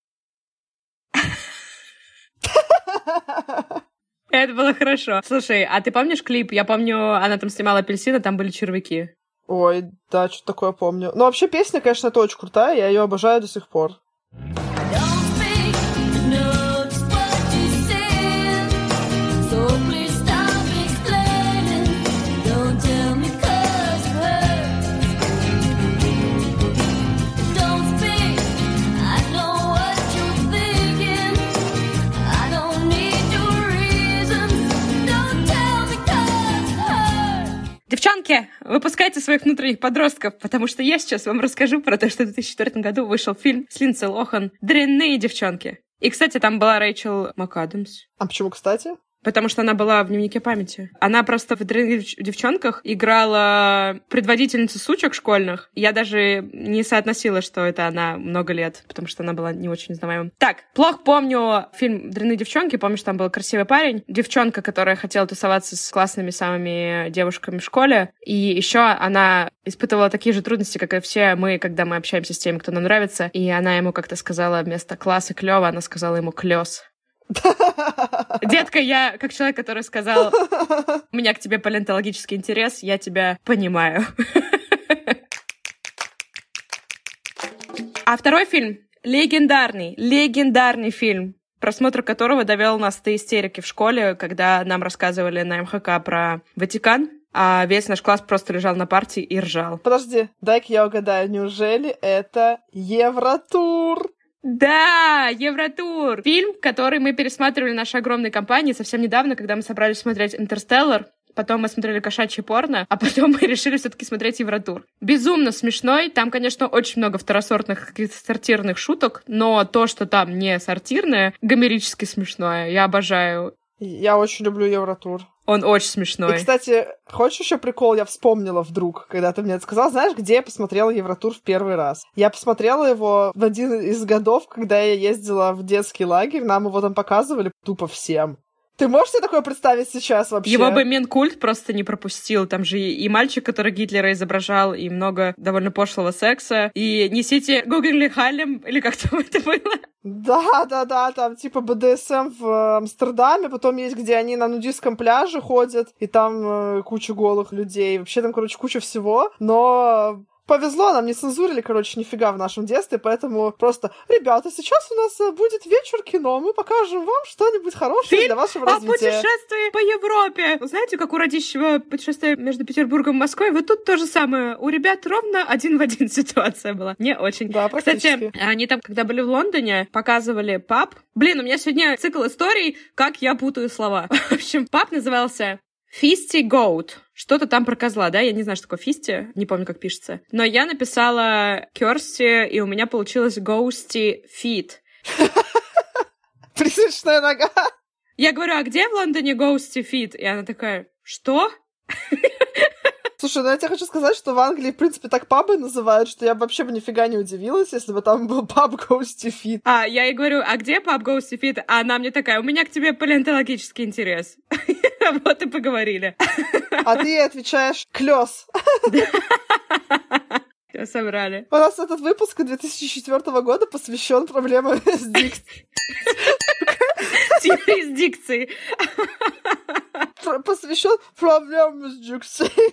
Это было хорошо. Слушай, а ты помнишь клип? Я помню, она там снимала апельсины, там были червяки. Ой, да, что-то такое помню. Но вообще песня, конечно, это очень крутая, я ее обожаю до сих пор. Девчонки, выпускайте своих внутренних подростков, потому что я сейчас вам расскажу про то, что в 2004 году вышел фильм с Линдси Лохан «Дрянные девчонки». И, кстати, там была Рэйчел МакАдамс. А почему, кстати? Потому что она была в дневнике памяти. Она просто в «Дрянных девчонках» играла предводительницу сучек школьных. Я даже не соотносила, что это она много лет, потому что она была не очень узнаваемым. Так, плохо помню фильм «Дрянные девчонки». Помню, что там был красивый парень. Девчонка, которая хотела тусоваться с классными самыми девушками в школе. И еще она испытывала такие же трудности, как и все мы, когда мы общаемся с теми, кто нам нравится. И она ему как-то сказала вместо «класс» и «клёво», она сказала ему «клёс». Детка, я, как человек, который сказал, у меня к тебе палеонтологический интерес, я тебя понимаю. А второй фильм легендарный фильм, просмотр которого довел нас до истерики в школе, когда нам рассказывали на МХК про Ватикан, а весь наш класс просто лежал на парте и ржал. Подожди, дай-ка я угадаю, неужели это Евротур? Да, Евротур. Фильм, который мы пересматривали в нашей огромной компании совсем недавно, когда мы собрались смотреть «Интерстеллар». Потом мы смотрели «Кошачье порно», а потом мы решили все-таки смотреть «Евротур». Безумно смешной. Там, конечно, очень много второсортных каких-то сортирных шуток, но то, что там не сортирное, гомерически смешное. Я обожаю. Я очень люблю Евротур. Он очень смешной. И, кстати, хочешь еще прикол? Я вспомнила вдруг, когда ты мне это сказал. Знаешь, где я посмотрела Евротур в первый раз? Я посмотрела его в один из годов, когда я ездила в детский лагерь. Нам его там показывали тупо всем. Ты можешь себе такое представить сейчас вообще? Его бы Минкульт просто не пропустил. Там же и мальчик, который Гитлера изображал, и много довольно пошлого секса. И несите Гугли Халлем, или как там это было? Да, там типа БДСМ в Амстердаме, потом есть, где они на нудистском пляже ходят, и там куча голых людей. Вообще там, короче, куча всего, но Повезло, нам не цензурили, короче, нифига в нашем детстве, поэтому просто, ребята, сейчас у нас будет вечер кино, мы покажем вам что-нибудь хорошее для вашего развития. Путешествие по Европе. Знаете, как у Радищева путешествие между Петербургом и Москвой? Вот тут то же самое. У ребят ровно один в один ситуация была. Не очень. Да, Кстати, они там, когда были в Лондоне, показывали паб. Блин, у меня сегодня цикл историй, как я путаю слова. В общем, паб назывался Fisty Goat. Что-то там про козла, да? Я не знаю, что такое Fisty, не помню, как пишется. Но я написала Kirsty, и у меня получилось Ghosty Feet. Призрачная нога. Я говорю, а где в Лондоне Ghosty Feet? И она такая, что? Слушай, ну я тебе хочу сказать, что в Англии, в принципе, так пабы называют, что я бы вообще нифига не удивилась, если бы там был паб Ghosty Feet. А, я ей говорю, а где паб Ghosty Feet? А она мне такая, у меня к тебе палеонтологический интерес. Вот и поговорили. А ты ей отвечаешь «клёс». Тебя собрали. У нас этот выпуск 2004 года посвящен проблемам с дикцией. С дикцией. Посвящен проблемам с дикцией.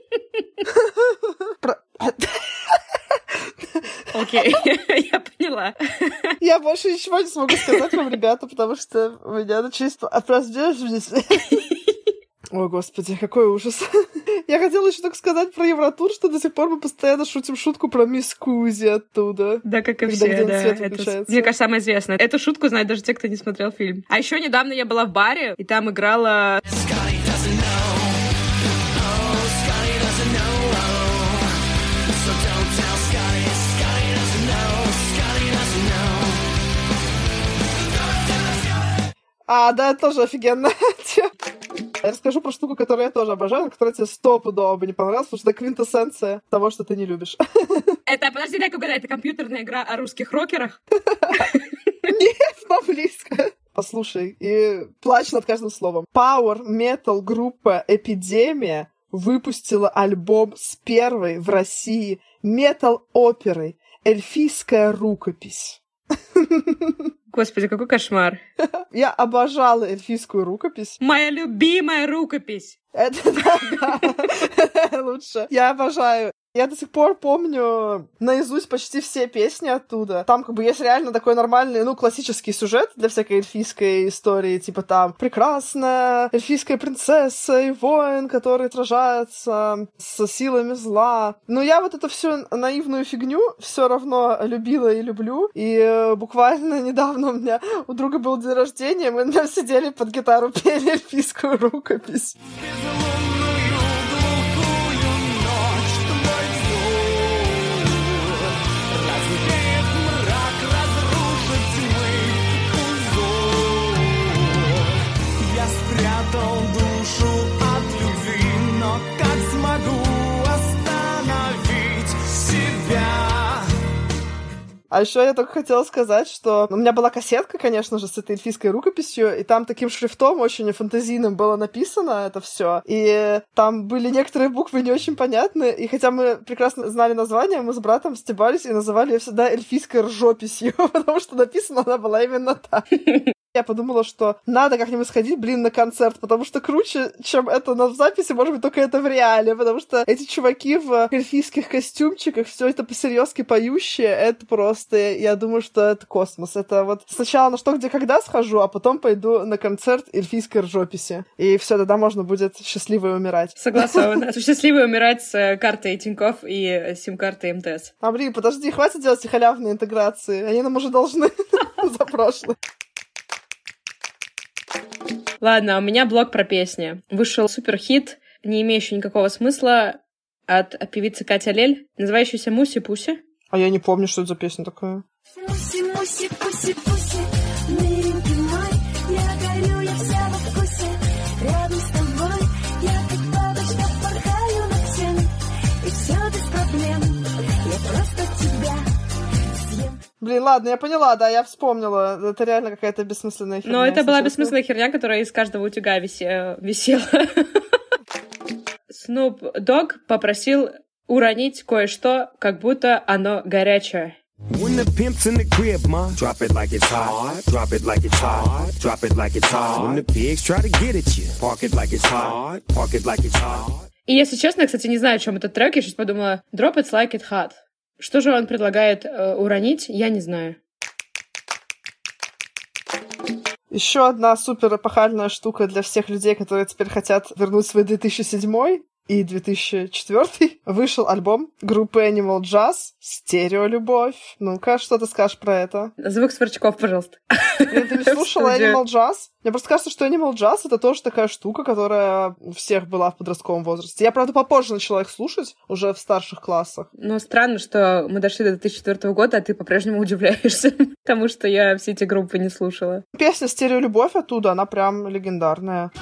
Окей, я поняла. Я больше ничего не смогу сказать вам, ребята, потому что у меня начались опразднежности. Ой, господи, какой ужас. Я хотела еще только сказать про Евротур, что до сих пор мы постоянно шутим шутку про мисс Кузи оттуда. Да, как и когда все, да. Это, мне кажется, самое известное. Эту шутку знают даже те, кто не смотрел фильм. А еще недавно я была в баре, и там играла... А, да, это тоже офигенно. Я расскажу про штуку, которую я тоже обожаю, которая тебе стопудово бы не понравилась, потому что это квинтэссенция того, что ты не любишь. Это, подожди, дай-ка угадай, это компьютерная игра о русских рокерах? Нет, но близко. Послушай, и плачь над каждым словом. Power Metal группа «Эпидемия» выпустила альбом с первой в России метал-оперой «Эльфийская рукопись». Господи, какой кошмар. Я обожала эльфийскую рукопись. Моя любимая рукопись. Это да, лучше. Я обожаю. Я до сих пор помню наизусть почти все песни оттуда. Там как бы есть реально такой нормальный, классический сюжет для всякой эльфийской истории. Типа там прекрасная эльфийская принцесса и воин, который сражается с силами зла. Но я вот эту всю наивную фигню все равно любила и люблю. И буквально недавно у меня у друга был день рождения, мы сидели под гитару, пели эльфийскую рукопись. А еще я только хотела сказать, что у меня была кассетка, конечно же, с этой эльфийской рукописью, и там таким шрифтом очень фантазийным было написано это все. И там были некоторые буквы не очень понятны, и хотя мы прекрасно знали название, мы с братом стебались и называли ее всегда эльфийской ржописью, потому что написана она была именно так. Я подумала, что надо как-нибудь сходить, на концерт, потому что круче, чем это в записи, может быть, только это в реале, потому что эти чуваки в эльфийских костюмчиках, все это по-серьезки поющие, это просто, я думаю, что это космос. Это вот сначала на «Что, где, когда» схожу, а потом пойду на концерт эльфийской ржописи. И все, тогда можно будет счастливо умирать. Согласовано. Счастливо умирать с картой Тинькофф и сим-картой МТС. А, подожди, хватит делать эти халявные интеграции. Они нам уже должны за прошлое. Ладно, у меня блог про песни. Вышел суперхит, не имеющий никакого смысла, от певицы Катя Лель, называющийся «Муси-пуси». А я не помню, что это за песня такая. Муси-муси-пуси-пуси, миленький мой, я горю, я вся во вкусе, рядом с тобой, я как бабочка порхаю над всем, и все без проблем, я просто тебя съем. Ладно, я поняла, да, я вспомнила. Это реально какая-то бессмысленная херня. Но это была бессмысленная херня, которая из каждого утюга висела. Снуп Дог попросил уронить кое-что, как будто оно горячее. When the pimp's in the crib, ma, drop it like it's hot, drop it like it's hot, drop it like it's hot. When the pigs try to get at you, park it like it's hot, park it like it's hot. И, если честно, я, кстати, не знаю, о чем этот трек. Я сейчас подумала, drop it like it hot. Что же он предлагает уронить, я не знаю. Еще одна супер эпохальная штука для всех людей, которые теперь хотят вернуть свой 2007 и 2004. Вышел альбом группы Animal Jazz «Стереолюбовь». Ну-ка, что ты скажешь про это? Звук сверчков, пожалуйста. Ты не слушала Animal Jazz? Мне просто кажется, что Animal Jazz — это тоже такая штука, которая у всех была в подростковом возрасте. Я, правда, попозже начала их слушать, уже в старших классах. Но странно, что мы дошли до 2004 года, а ты по-прежнему удивляешься тому, что я все эти группы не слушала. Песня «Стереолюбовь» оттуда, она прям легендарная.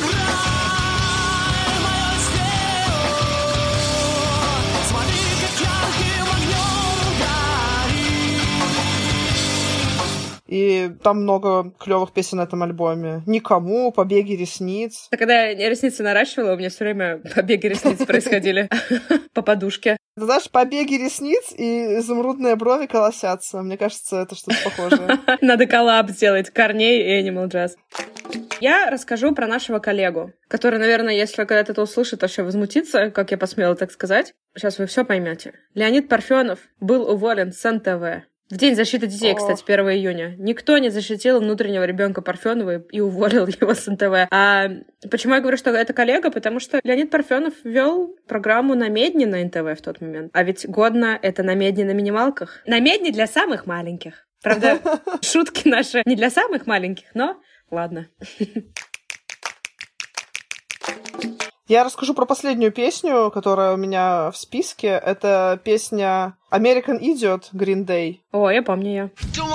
И там много клевых песен на этом альбоме. «Никому», «Побеги ресниц». Когда я ресницы наращивала, у меня все время побеги ресниц происходили по подушке. Ты знаешь, «Побеги ресниц» и «Изумрудные брови» колосятся. Мне кажется, это что-то похожее. Надо коллаб сделать. Корней и Animal Jazz. Я расскажу про нашего коллегу, который, наверное, если когда-то это услышит, вообще возмутится, как я посмела так сказать. Сейчас вы все поймете. Леонид Парфенов был уволен с НТВ. В День защиты детей, кстати, 1 июня. Никто не защитил внутреннего ребенка Парфенова и уволил его с НТВ. А почему я говорю, что это коллега? Потому что Леонид Парфенов вел программу «На медне» на НТВ в тот момент. А ведь годно это «На медне» на минималках. «На медне» для самых маленьких. Правда, шутки наши не для самых маленьких, но ладно. Я расскажу про последнюю песню, которая у меня в списке. Это песня American Idiot Green Day. О, я помню ее.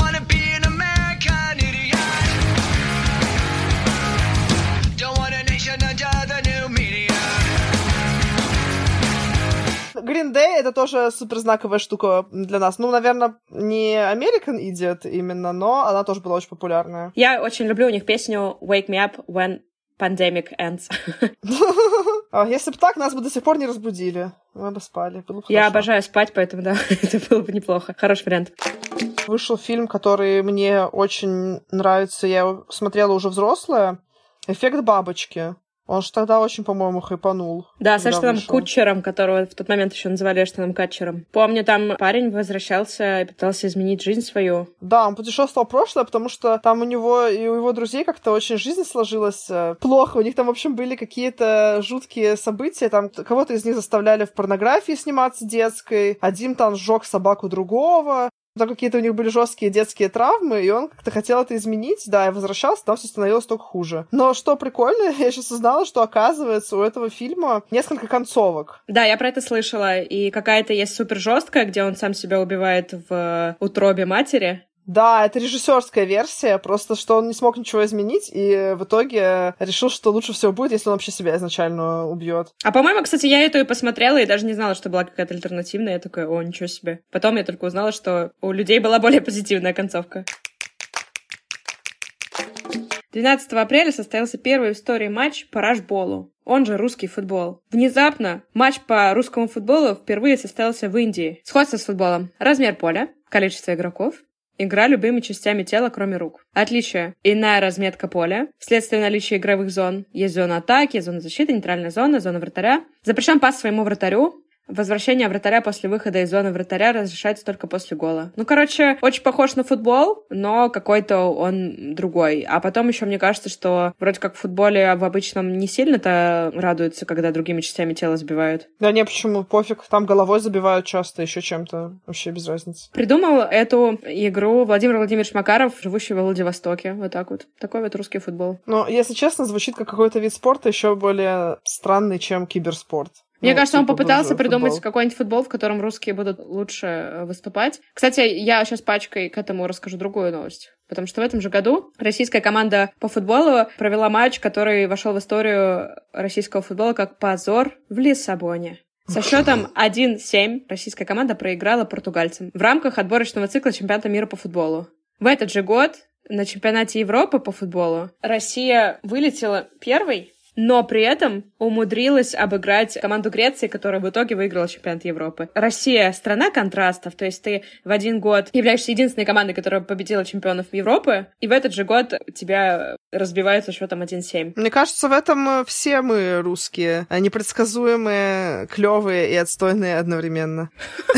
Green Day — это тоже суперзнаковая штука для нас. Ну, наверное, не American Idiot именно, но она тоже была очень популярная. Я очень люблю у них песню Wake Me Up When Pandemic Ends. Если бы так, нас бы до сих пор не разбудили. Мы бы спали. Я обожаю спать, поэтому, да, это было бы неплохо. Хороший вариант. Вышел фильм, который мне очень нравится. Я его смотрела уже взрослая. «Эффект бабочки». Он же тогда очень, по-моему, хайпанул. Да, с Эштоном Кутчером, которого в тот момент еще называли Эштоном Катчером. Помню, там парень возвращался и пытался изменить жизнь свою. Да, он путешествовал в прошлое, потому что там у него и у его друзей как-то очень жизнь сложилась плохо. У них там, в общем, были какие-то жуткие события. Там кого-то из них заставляли в порнографии сниматься детской. Один там сжег собаку другого. Там какие-то у них были жесткие детские травмы, и он как-то хотел это изменить, да, и возвращался, там все становилось только хуже. Но что прикольно, я сейчас узнала, что, оказывается, у этого фильма несколько концовок. Да, я про это слышала, и какая-то есть супер жесткая, где он сам себя убивает в утробе матери. Да, это режиссерская версия, просто что он не смог ничего изменить, и в итоге решил, что лучше всего будет, если он вообще себя изначально убьет. А по-моему, кстати, я эту и посмотрела, и даже не знала, что была какая-то альтернативная. Я такая, о, ничего себе. Потом я только узнала, что у людей была более позитивная концовка. 12 апреля состоялся первый в истории матч по рашболу, он же русский футбол. Внезапно матч по русскому футболу впервые состоялся в Индии. Сходство с футболом. Размер поля, количество игроков, игра любыми частями тела, кроме рук. Отличие. Иная разметка поля. Вследствие наличия игровых зон. Есть зона атаки, зона защиты, нейтральная зона, зона вратаря. Запрещен пас своему вратарю. Возвращение вратаря после выхода из зоны вратаря разрешается только после гола. Ну, короче, очень похож на футбол, но какой-то он другой. А потом еще мне кажется, что вроде как в футболе в обычном не сильно-то радуются, когда другими частями тела сбивают. Да не, почему? Пофиг. Там головой забивают часто, еще чем-то. Вообще без разницы. Придумал эту игру Владимир Владимирович Макаров, живущий во Владивостоке. Вот так вот. Такой вот русский футбол. Но, если честно, звучит как какой-то вид спорта еще более странный, чем киберспорт. Мне кажется, он попытался придумать какой-нибудь футбол, в котором русские будут лучше выступать. Кстати, я сейчас пачкой к этому расскажу другую новость. Потому что в этом же году российская команда по футболу провела матч, который вошел в историю российского футбола как позор в Лиссабоне. Со счетом 1-7 российская команда проиграла португальцам в рамках отборочного цикла чемпионата мира по футболу. В этот же год на чемпионате Европы по футболу Россия вылетела первой, но при этом умудрилась обыграть команду Греции, которая в итоге выиграла чемпионат Европы. Россия — страна контрастов, то есть ты в один год являешься единственной командой, которая победила чемпионов Европы, и в этот же год тебя разбивают со счетом 1-7. Мне кажется, в этом все мы русские. Непредсказуемые, клевые и отстойные одновременно.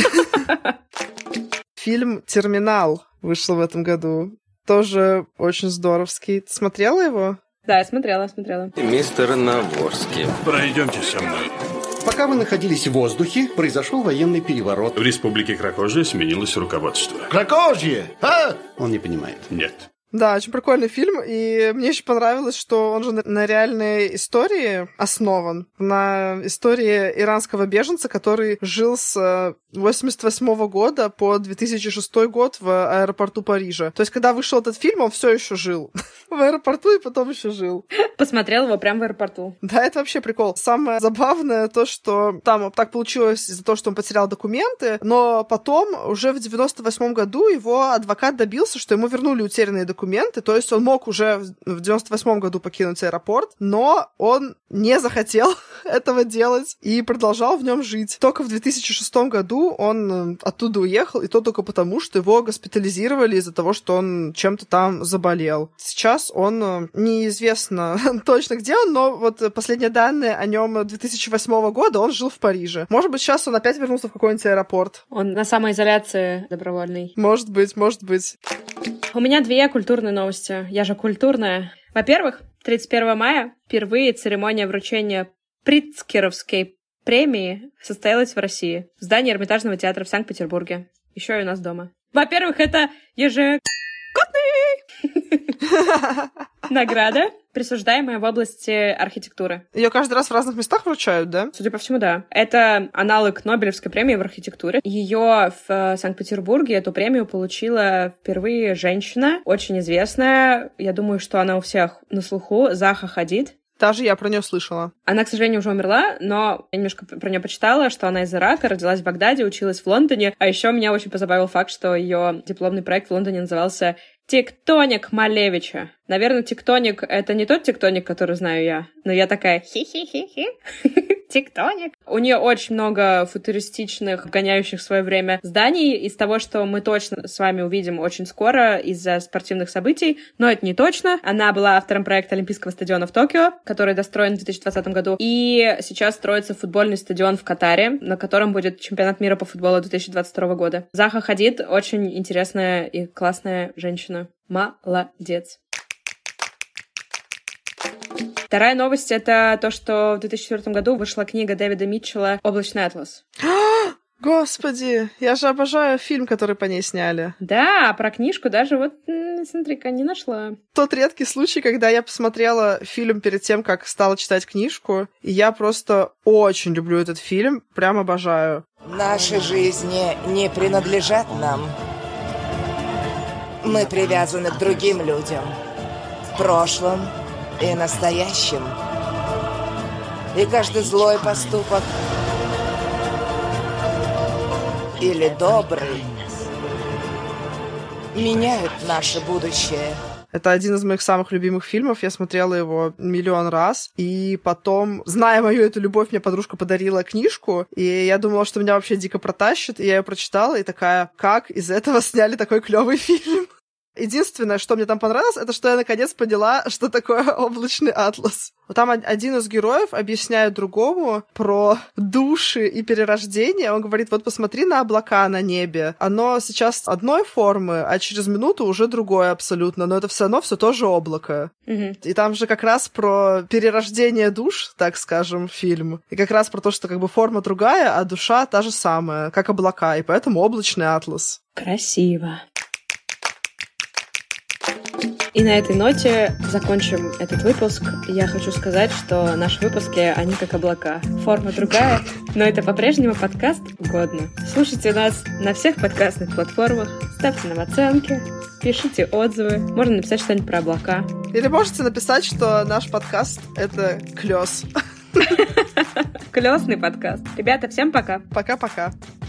Фильм «Терминал» вышел в этом году. Тоже очень здоровский. Ты смотрела его? Да, я смотрела. Мистер Наворский. Пройдемте со мной. Пока мы находились в воздухе, произошел военный переворот. В Республике Кракожия сменилось руководство. Кракожье! А? Он не понимает. Нет. Да, очень прикольный фильм, и мне еще понравилось, что он же на реальной истории основан, на истории иранского беженца, который жил с 88 года по 2006 год в аэропорту Парижа. То есть, когда вышел этот фильм, он все еще жил в аэропорту и потом еще жил. Посмотрел его прямо в аэропорту. Да, это вообще прикол. Самое забавное то, что там так получилось из-за того, что он потерял документы, но потом, уже в 98 году, его адвокат добился, что ему вернули утерянные документы, то есть он мог уже в 98 году покинуть аэропорт, но он не захотел этого делать и продолжал в нем жить. Только в 2006 году он оттуда уехал, и то только потому, что его госпитализировали из-за того, что он чем-то там заболел. Сейчас он неизвестно точно где он, но вот последние данные о нем 2008 года, он жил в Париже. Может быть, сейчас он опять вернулся в какой-нибудь аэропорт. Он на самоизоляции добровольной. Может быть. У меня 2 культурные новости. Я же культурная. Во-первых, 31 мая впервые церемония вручения Прицкеровской премии состоялась в России, в здании Эрмитажного театра в Санкт-Петербурге. Еще и у нас дома. Во-первых, это ежегодная награда, присуждаемая в области архитектуры. Ее каждый раз в разных местах вручают, да? Судя по всему, да. Это аналог Нобелевской премии в архитектуре. Ее в Санкт-Петербурге, эту премию получила впервые женщина, очень известная. Я думаю, что она у всех на слуху. Заха Хадид. Даже я про нее слышала. Она, к сожалению, уже умерла, но я немножко про нее почитала, что она из Ирака, родилась в Багдаде, училась в Лондоне. А еще меня очень позабавил факт, что ее дипломный проект в Лондоне назывался «Тектоник Малевича». Наверное, тектоник — это не тот тектоник, который знаю я, но я такая хи-хи-хи-хи. Тектоник. У нее очень много футуристичных, гоняющих в свое время зданий из того, что мы точно с вами увидим очень скоро из-за спортивных событий, но это не точно. Она была автором проекта Олимпийского стадиона в Токио, который достроен в 2020 году, и сейчас строится футбольный стадион в Катаре, на котором будет чемпионат мира по футболу 2022 года. Заха Хадид очень интересная и классная женщина. Молодец. Вторая новость — это то, что в 2004 году вышла книга Дэвида Митчелла «Облачный атлас». Господи, я же обожаю фильм, который по ней сняли. Да, про книжку даже вот, смотри-ка, не нашла. Тот редкий случай, когда я посмотрела фильм перед тем, как стала читать книжку, и я просто очень люблю этот фильм, прям обожаю. Наши жизни не принадлежат нам. Мы привязаны к другим людям. В прошлом и настоящем. И каждый злой поступок или добрый меняют наше будущее. Это один из моих самых любимых фильмов. Я смотрела его миллион раз. И потом, зная мою эту любовь, мне подружка подарила книжку. И я думала, что меня вообще дико протащит. И я ее прочитала и такая, как из этого сняли такой клевый фильм? Единственное, что мне там понравилось, это что я наконец поняла, что такое облачный атлас. Вот там один из героев объясняет другому про души и перерождение. Он говорит, вот посмотри на облака на небе. Оно сейчас одной формы, а через минуту уже другое абсолютно. Но это все равно все тоже облако. И там же как раз про перерождение душ, так скажем, фильм. И как раз про то, что как бы форма другая, а душа та же самая, как облака. И поэтому облачный атлас. Красиво. И на этой ноте закончим этот выпуск. Я хочу сказать, что наши выпуски, они как облака. Форма другая, но это по-прежнему подкаст «Годно». Слушайте нас на всех подкастных платформах, ставьте нам оценки, пишите отзывы, можно написать что-нибудь про облака. Или можете написать, что наш подкаст — это клёс. Клёсный подкаст. Ребята, всем пока. Пока-пока.